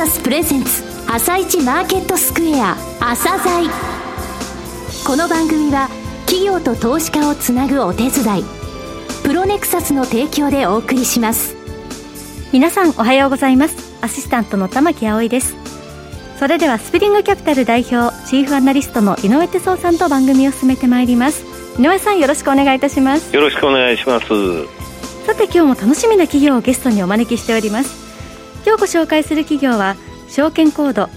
サスプレゼンツ朝一マーケットスクエア朝鮮。この番組は企業と投資家をつなぐお手伝いプロネクサスの提供でお送りします。 皆さんおはようございます。アシスタントの玉木葵です。それではスプリングキャピタル代表チーフアナリストの井上哲夫さんと番組を進めてまいります。井上さん、よろしくお願いいたします。 よろしくお願いします。 さて、今日も楽しみな企業をゲストにお招きしております。今日ご紹介する企業は証券コード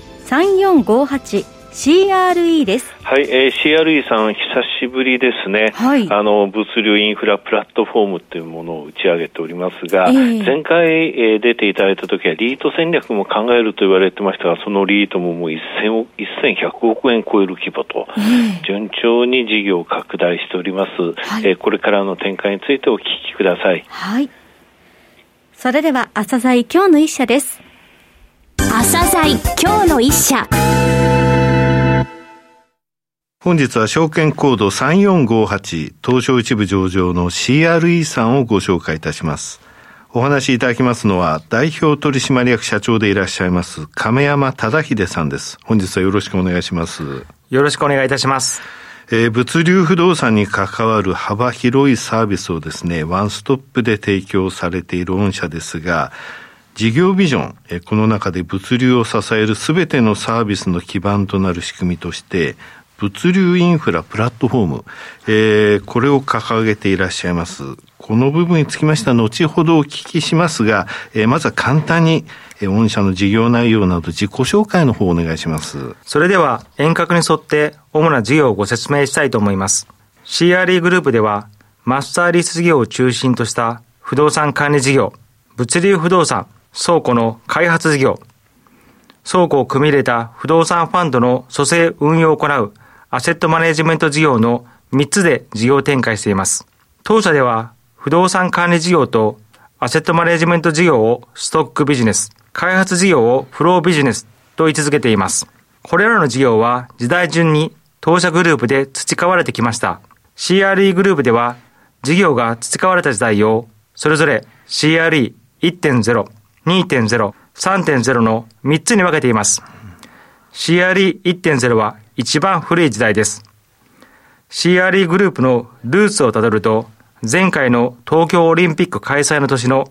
3458CRE です。 はい、CRE さん久しぶりですね。 はい、 物流インフラプラットフォームというものを打ち上げておりますが、前回、出ていただいた時はリート戦略も考えると言われてましたが、そのリートももう1100億円超える規模と、順調に事業を拡大しております。はい、これからの展開についてお聞きください。 はい、それでは朝鮮今日の一社です。 朝鮮今日の一社。 本日は証券コード3458東証一部上場の CRE さんをご紹介いたします。お話しいただきますのは代表取締役社長でいらっしゃいます亀山忠秀さんです。本日はよろしくお願いします。 よろしくお願いいたします。 物流不動産に関わる幅広いサービスをですね、ワンストップで提供されている御社ですが、事業ビジョン、この中で物流を支えるすべてのサービスの基盤となる仕組みとして物流インフラプラットフォーム、これを掲げていらっしゃいます。この部分につきましては後ほどお聞きしますが、まずは簡単に、御社の事業内容など自己紹介の方をお願いします。 それでは遠隔に沿って主な事業をご説明したいと思います。CRE グループではマスターリース事業を中心とした不動産管理事業、物流不動産、倉庫の開発事業、倉庫を組み入れた不動産ファンドの組成運用を行うアセットマネジメント事業の3つで事業展開しています。当社では不動産管理事業とアセットマネジメント事業をストックビジネス、開発事業をフロービジネスと位置づけています。これらの事業は時代順に当社グループで培われてきました。CRE グループでは事業が培われた時代をそれぞれ CRE1.0、2.0、3.0 の3つに分けています。CRE1.0 は一番古い時代です。CRE グループのルーツをたどると、前回の東京オリンピック開催の年の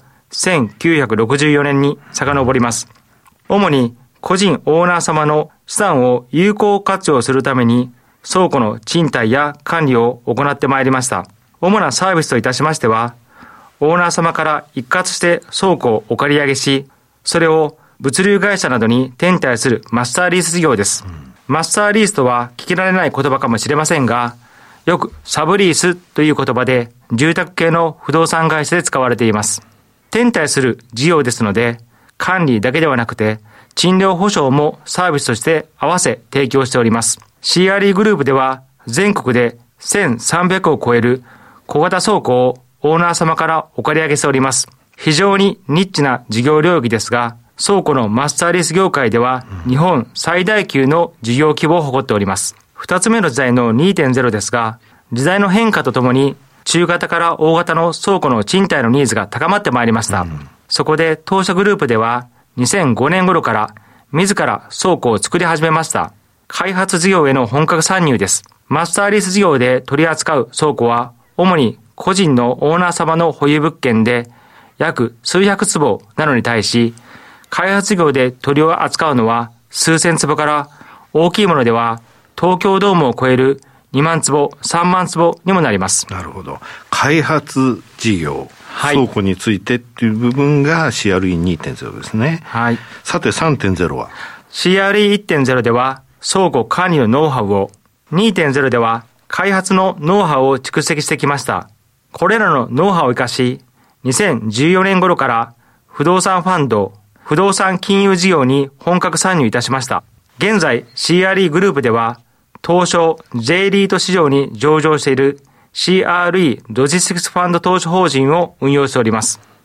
1964年に遡ります。主に個人オーナー様の資産を有効活用するために倉庫の賃貸や管理を行ってまいりました。主なサービスといたしましては、オーナー様から一括して倉庫をお借り上げし、それを物流会社などに転貸するマスターリース事業です。マスターリースとは聞き慣れない言葉かもしれませんが、よくサブリースという言葉で住宅系の不動産会社で使われています。転貸する事業ですので、管理だけではなくて賃料保証もサービスとして合わせ提供しております。CRE グループでは全国で1300を超える小型倉庫をオーナー様からお借り上げしております。非常にニッチな事業領域ですが、倉庫のマスターリース業界では日本最大級の事業規模を誇っております。二つ目の時代の 2.0 ですが、時代の変化とともに中型から大型の倉庫の賃貸のニーズが高まってまいりました。そこで当社グループでは2005年頃から自ら倉庫を作り始めました。開発事業への本格参入です。マスターリース事業で取り扱う倉庫は主に個人のオーナー様の保有物件で約数百坪なのに対し、開発事業で取り扱うのは数千坪から大きいものでは東京ドームを超える2万坪、3万坪にもなります。 なるほど。開発事業、倉庫についてっていう部分が CRE2.0 ですね。 はい。 さて 3.0 は CRE1.0 では倉庫管理のノウハウを、2.0 では開発のノウハウを蓄積してきました。これらのノウハウを生かし、2014年頃から不動産ファンド、不動産金融事業に本格参入いたしました。現在 CRE グループでは東証 J リート市場に上場している CRE ロジスティクスファンド投資法人を運用しております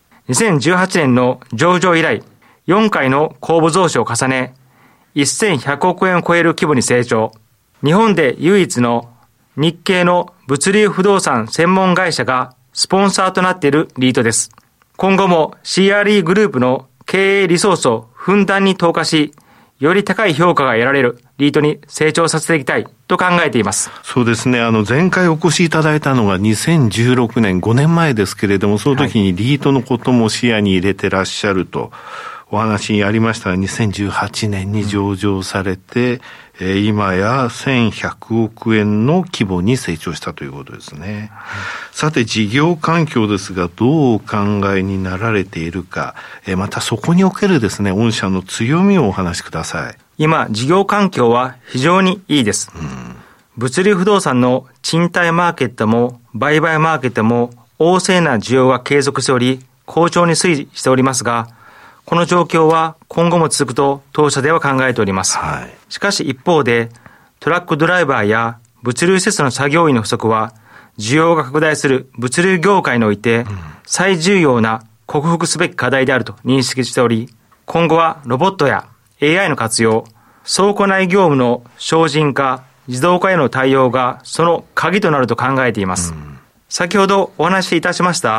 。2018年の上場以来4回の公募増資を重ね、1100億円を超える規模に成長。日本で唯一の日系の物流不動産専門会社がスポンサーとなっているリートです。今後も CRE グループの経営リソースをふんだんに投下し、より高い評価が得られるリートに成長させていきたいと考えています。 そうですね。前回お越しいただいたのが2016年、5年前ですけれども、その時にリートのことも視野に入れてらっしゃるとお話ありましたが、2018年に上場されて、今や1100億円の規模に成長したということですね。さて、事業環境ですが、どうお考えになられているか、またそこにおけるですね、御社の強みをお話しください。 今、事業環境は非常にいいです。物流不動産の賃貸マーケットも売買マーケットも旺盛な需要が継続しており、好調に推移しておりますが、この状況は今後も続くと当社では考えております。しかし一方で、トラックドライバーや物流施設の作業員の不足は、需要が拡大する物流業界において、最重要な克服すべき課題であると認識しており、今後はロボットや AI の活用、倉庫内業務の精進化、自動化への対応がその鍵となると考えています。先ほどお話しいたしました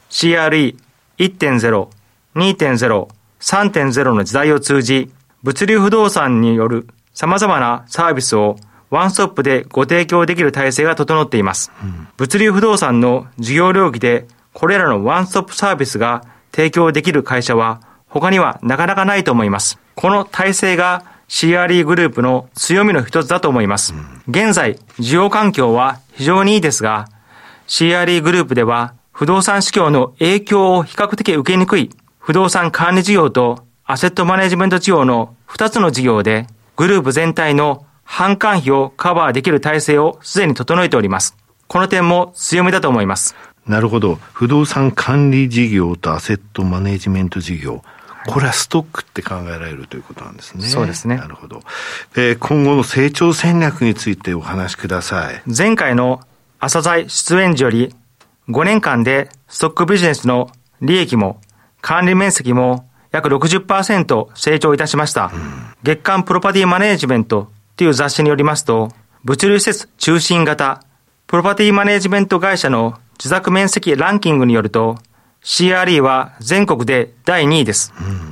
CRE1.0、2.0、3.0 の時代を通じ、物流不動産による様々なサービスをワンストップでご提供できる体制が整っています。物流不動産の事業領域でこれらのワンストップサービスが提供できる会社は他にはなかなかないと思います。この体制が CRE グループの強みの一つだと思います。現在、需要環境は非常にいいですが、CRE グループでは不動産市況の影響を比較的受けにくい不動産管理事業とアセットマネジメント事業の2つの事業でグループ全体の販管費をカバーできる体制をすでに整えております。この点も強みだと思います。 なるほど。不動産管理事業とアセットマネジメント事業。これはストックって考えられるということなんですね。 そうですね。 なるほど。今後の成長戦略についてお話しください。 前回の朝鮮出演時より5年間でストックビジネスの利益も管理面積も約 60% 成長いたしました。月間プロパティマネージメントという雑誌によりますと、物流施設中心型プロパティマネージメント会社の受託面積ランキングによると、CRE は全国で第2位です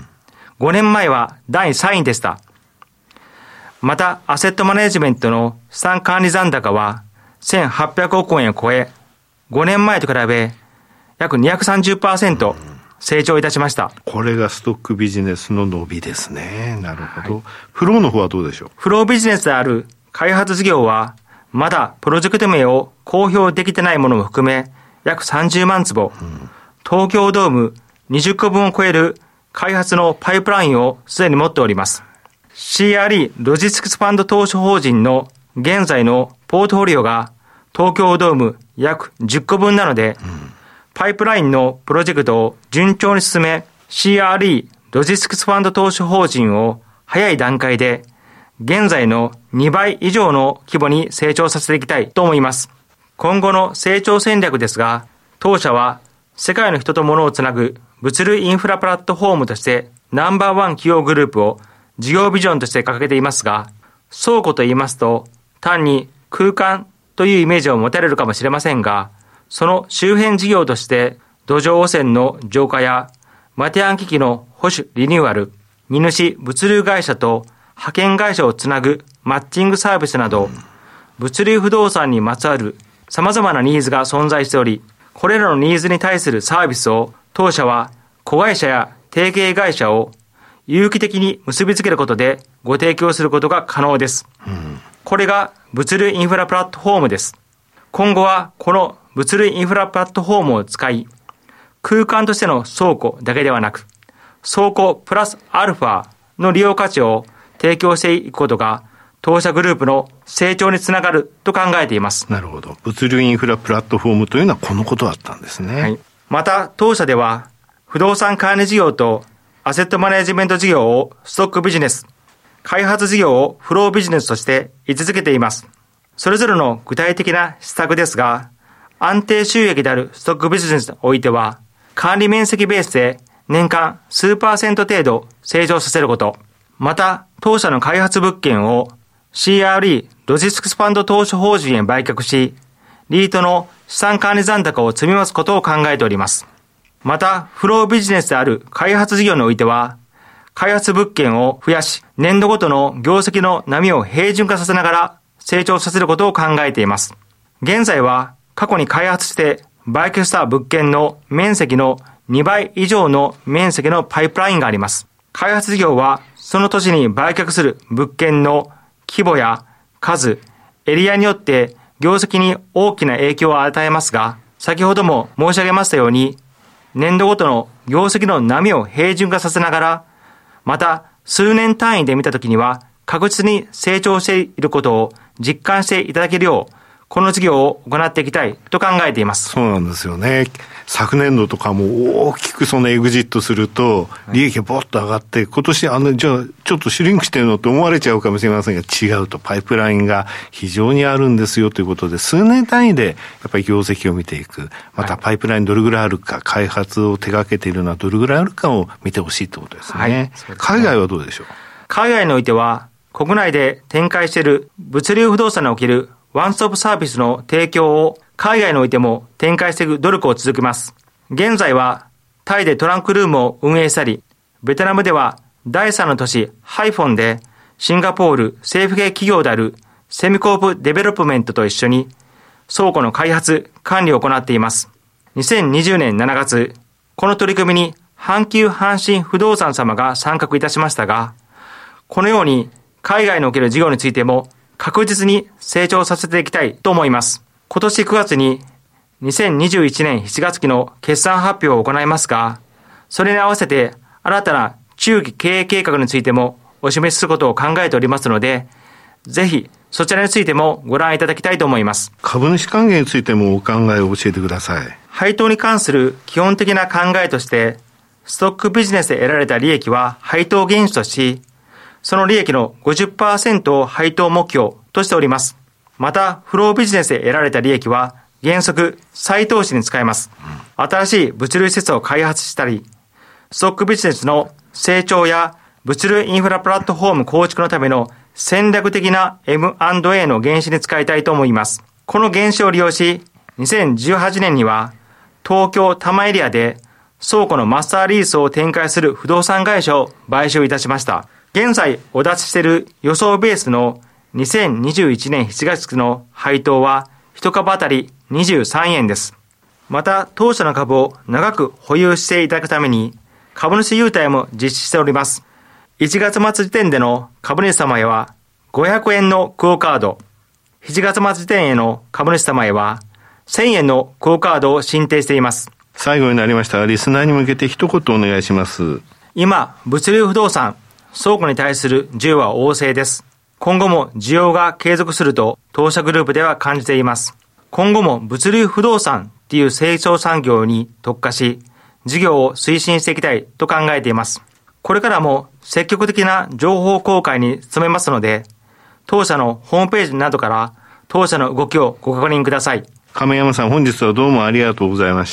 。5年前は第3位でした。また、アセットマネージメントの資産管理残高は1800億円を超え、5年前と比べ約 230% 成長いたしました。 これがストックビジネスの伸びですね。なるほど。フローの方はどうでしょう。 フロービジネスである開発事業は、まだプロジェクト名を公表できてないものも含め、約30万坪、東京ドーム20個分を超える開発のパイプラインをすでに持っております。CRE ロジスティクスファンド投資法人の現在のポートフォリオが東京ドーム約10個分なので、パイプラインのプロジェクトを順調に進め、CRE ロジスティクスファンド投資法人を早い段階で現在の2倍以上の規模に成長させていきたいと思います。今後の成長戦略ですが、当社は世界の人と物をつなぐ物流インフラプラットフォームとしてナンバーワン企業グループを事業ビジョンとして掲げていますが、倉庫と言いますと単に空間というイメージを持たれるかもしれませんが、その周辺事業として土壌汚染の浄化やマテヤン機器の保守リニューアル、荷主物流会社と派遣会社をつなぐマッチングサービスなど、物流不動産にまつわる様々なニーズが存在しており、これらのニーズに対するサービスを当社は子会社や提携会社を有機的に結びつけることでご提供することが可能です。これが物流インフラプラットフォームです。今後はこの物流インフラプラットフォームを使い、空間としての倉庫だけではなく、倉庫プラスアルファの利用価値を提供していくことが当社グループの成長につながると考えています。 なるほど。物流インフラプラットフォームというのはこのことだったんですね。 はい。また当社では不動産管理事業とアセットマネジメント事業をストックビジネス、開発事業をフロービジネスとして位置づけています。それぞれの具体的な施策ですが、安定収益であるストックビジネスにおいては、管理面積ベースで年間数%程度成長させること、また当社の開発物件をCRE ロジスティクスファンド投資法人へ売却し、リートの資産管理残高を積み増すことを考えております。また、フロービジネスである開発事業においては、 開発物件を増やし、年度ごとの業績の波を平準化させながら成長させることを考えています。現在は過去に開発して売却した物件の面積の2倍以上の面積のパイプラインがあります。開発事業はその年に売却する物件の規模や数、エリアによって業績に大きな影響を与えますが、先ほども申し上げましたように、年度ごとの業績の波を平準化させながら、また数年単位で見たときには確実に成長していることを実感していただけるよう、この事業を行っていきたいと考えています。 そうなんですよね。昨年度とかも大きくそのエグジットすると利益がボッと上がって、今年じゃあちょっとシュリンクしてるのと思われちゃうかもしれませんが、違うと、パイプラインが非常にあるんですよということで、数年単位でやっぱり業績を見ていく、またパイプラインどれぐらいあるか、開発を手掛けているのはどれぐらいあるかを見てほしいということですね。はい、そうですね。海外はどうでしょう。 海外においては国内で展開している物流不動産におけるワンストップサービスの提供を海外においても展開していく努力を続けます。現在はタイでトランクルームを運営したり、ベトナムでは第3の都市ハイフォンでシンガポール政府系企業であるセミコープデベロップメントと一緒に倉庫の開発管理を行っています。2020年7月、この取り組みに阪急阪神不動産様が参画いたしましたが、このように海外における事業についても確実に成長させていきたいと思います。今年9月に2021年7月期の決算発表を行いますが、それに合わせて新たな中期経営計画についてもお示しすることを考えておりますので、ぜひそちらについてもご覧いただきたいと思います。 株主還元についてもお考えを教えてください。 配当に関する基本的な考えとして、ストックビジネスで得られた利益は配当原資とし、その利益の 50% を配当目標としております。また、フロービジネスで得られた利益は原則再投資に使えます。新しい物流施設を開発したり、ストックビジネスの成長や物流インフラプラットフォーム構築のための戦略的な M&A の原資に使いたいと思います。この原資を利用し、2018年には東京多摩エリアで倉庫のマスターリースを展開する不動産会社を買収いたしました。現在お出ししている予想ベースの2021年7月の配当は1株当たり23円です。また当社の株を長く保有していただくために株主優待も実施しております。1月末時点での株主様へは500円のクオカード、7月末時点への株主様へは1000円のクオカードを申請しています。 最後になりましたが、リスナーに向けて一言お願いします。 今、物流不動産、倉庫に対する需要は旺盛です。今後も需要が継続すると当社グループでは感じています。今後も物流不動産っていう成長産業に特化し、事業を推進していきたいと考えています。これからも積極的な情報公開に努めますので、当社のホームページなどから当社の動きをご確認ください。 亀山さん、本日はどうもありがとうございました。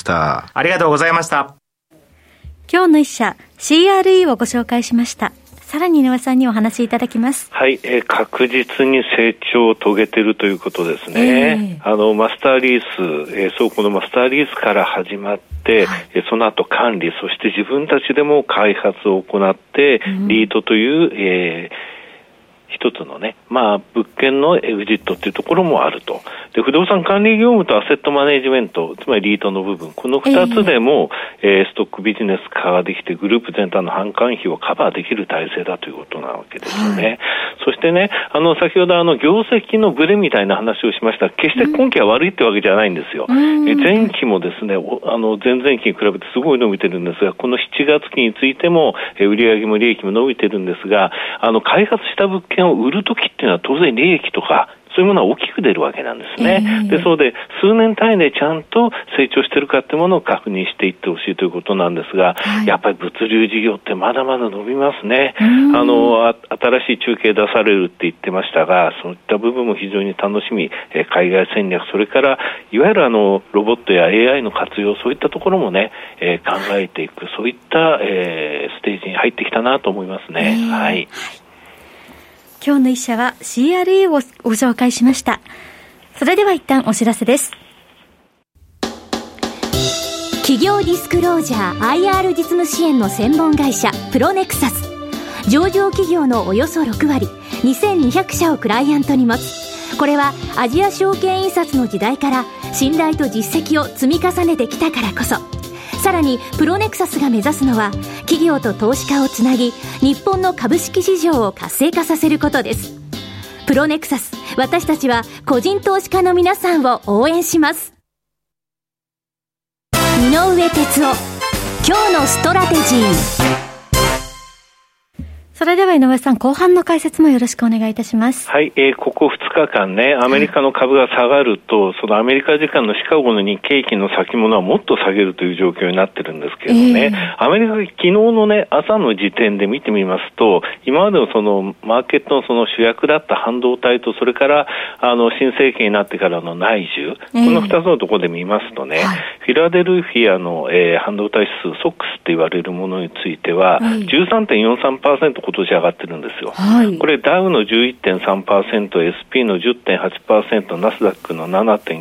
ありがとうございました。 今日の一社 CRE をご紹介しました。さらに井上さんにお話しいただきます。 はい、確実に成長を遂げているということですね。マスターリース、倉庫のマスターリースから始まって、その後管理、そして自分たちでも開発を行って、リートという、一つのね、物件のエグジットっていうところもあると。で、不動産管理業務とアセットマネジメント、つまりリートの部分、この二つでも、ストックビジネス化ができて、グループ全体の販管費をカバーできる体制だということなわけですよね。そしてね、先ほど業績のブレみたいな話をしました。決して今期は悪いってわけじゃないんですよ。前期もですね、前々期に比べてすごい伸びてるんですが、この7月期についても、売上も利益も伸びてるんですが、開発した物件を売るときっていうのは当然利益とかそういうものは大きく出るわけなんですね。で、そうで数年単位でちゃんと成長しているかっていうものを確認していってほしいということなんですが、やっぱり物流事業ってまだまだ伸びますね。新しい中継出されるって言ってましたが、そういった部分も非常に楽しみ、海外戦略、それからいわゆるロボットや AI の活用、そういったところもね、考えていく、そういった、ステージに入ってきたなと思いますね。はい。 今日の一社は CRE をご紹介しました。それでは一旦お知らせです。 企業ディスクロージャー IR 実務支援の専門会社プロネクサス。 上場企業のおよそ6割、2200社をクライアントに持つ。これはアジア証券印刷の時代から信頼と実績を積み重ねてきたからこそ。さらにプロネクサスが目指すのは、企業と投資家をつなぎ、日本の株式市場を活性化させることです。プロネクサス、私たちは個人投資家の皆さんを応援します。井上哲夫、今日のストラテジー。 それでは井上さん、後半の解説もよろしくお願いいたします。 はい、ここ2日間ね、アメリカの株が下がると、そのアメリカ時間のシカゴの日経期の先物はもっと下げるという状況になってるんですけどね、アメリカ昨日のね、朝の時点で見てみますと、今までのそのマーケットのその主役だった半導体と、それから新政権になってからの内需、この2つのところで見ますとね、フィラデルフィアの、半導体指数、ソックスって言われるものについては、13.43% 今年上がってるんですよ。これダウの 11.3%、SP の 10.8%、ナスダックの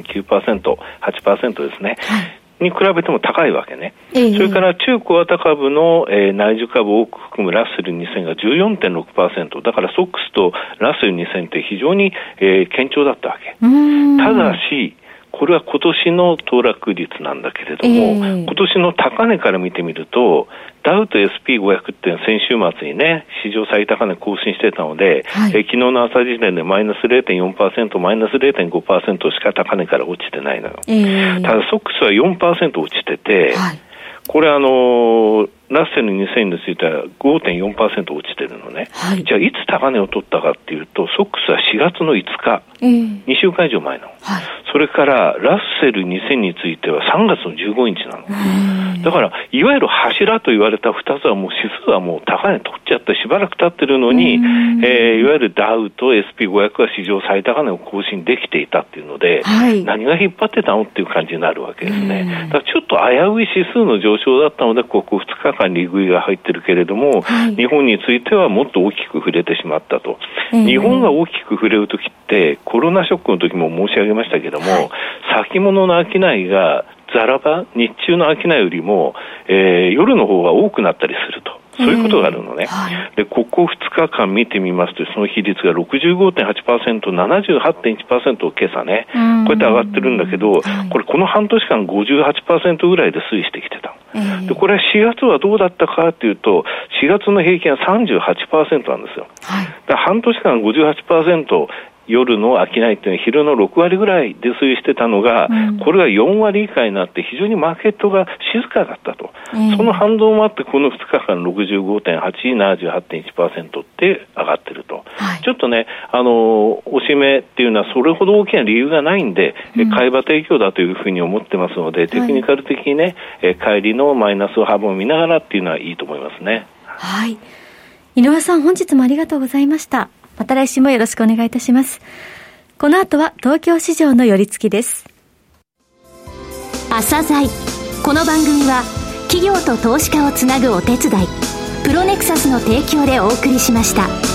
7.9%、8% ですね。に比べても高いわけね。それから中小型株の、内需株を多く含むラッセル2000が 14.6%。だからソックスとラッセル2000って非常に、堅調だったわけ。ただし、これは今年の騰落率なんだけれども、今年の高値から見てみると、ダウと SP500 っていうのは先週末にね、史上最高値更新してたので、昨日の朝時点でマイナス 0.4%、マイナス 0.5% しか高値から落ちてないのよ。ただソックスは 4% 落ちてて、これラッセル2000については 5.4% 落ちてるのね。じゃあいつ高値を取ったかっていうと、ソックスは4月の5日、2週間以上前の。それからラッセル2000については3月の15日なの。だからいわゆる柱と言われた2つはもう指数はもう高値取っちゃってしばらく経ってるのに、いわゆるダウと SP500 は史上最高値を更新できていたっていうので、何が引っ張ってたのっていう感じになるわけですね。だからちょっと危うい指数の上昇だったので、ここ2日間利食いが入ってるけれども、日本についてはもっと大きく触れてしまったと。日本が大きく触れるときってコロナショックの時も申し上げましたけども、先物の商いがザラバ、日中の商いよりも、夜の方が多くなったりすると。そういうことがあるのね。で、ここ2日間見てみますと、その比率が 65.8%、78.1% を今朝ね、こうやって上がってるんだけど、これこの半年間 58% ぐらいで推移してきてた。で、これは4月はどうだったかというと、4月の平均は 38% なんですよ。だから半年間 58%、夜の商いっていうのは昼の6割ぐらいで推移してたのが、これが4割以下になって非常にマーケットが静かだったと。その反動もあってこの2日間 65.8、78.1% って上がってると。ちょっとね、おしめっていうのはそれほど大きな理由がないんで、買い場提供だというふうに思ってますので、テクニカル的にね、帰りのマイナス幅を見ながらっていうのはいいと思いますね。 井上さん、本日もありがとうございました。また来週もよろしくお願いいたします。この後は東京市場の寄り付きです。 朝鮮。この番組は企業と投資家をつなぐお手伝い、プロネクサスの提供でお送りしました。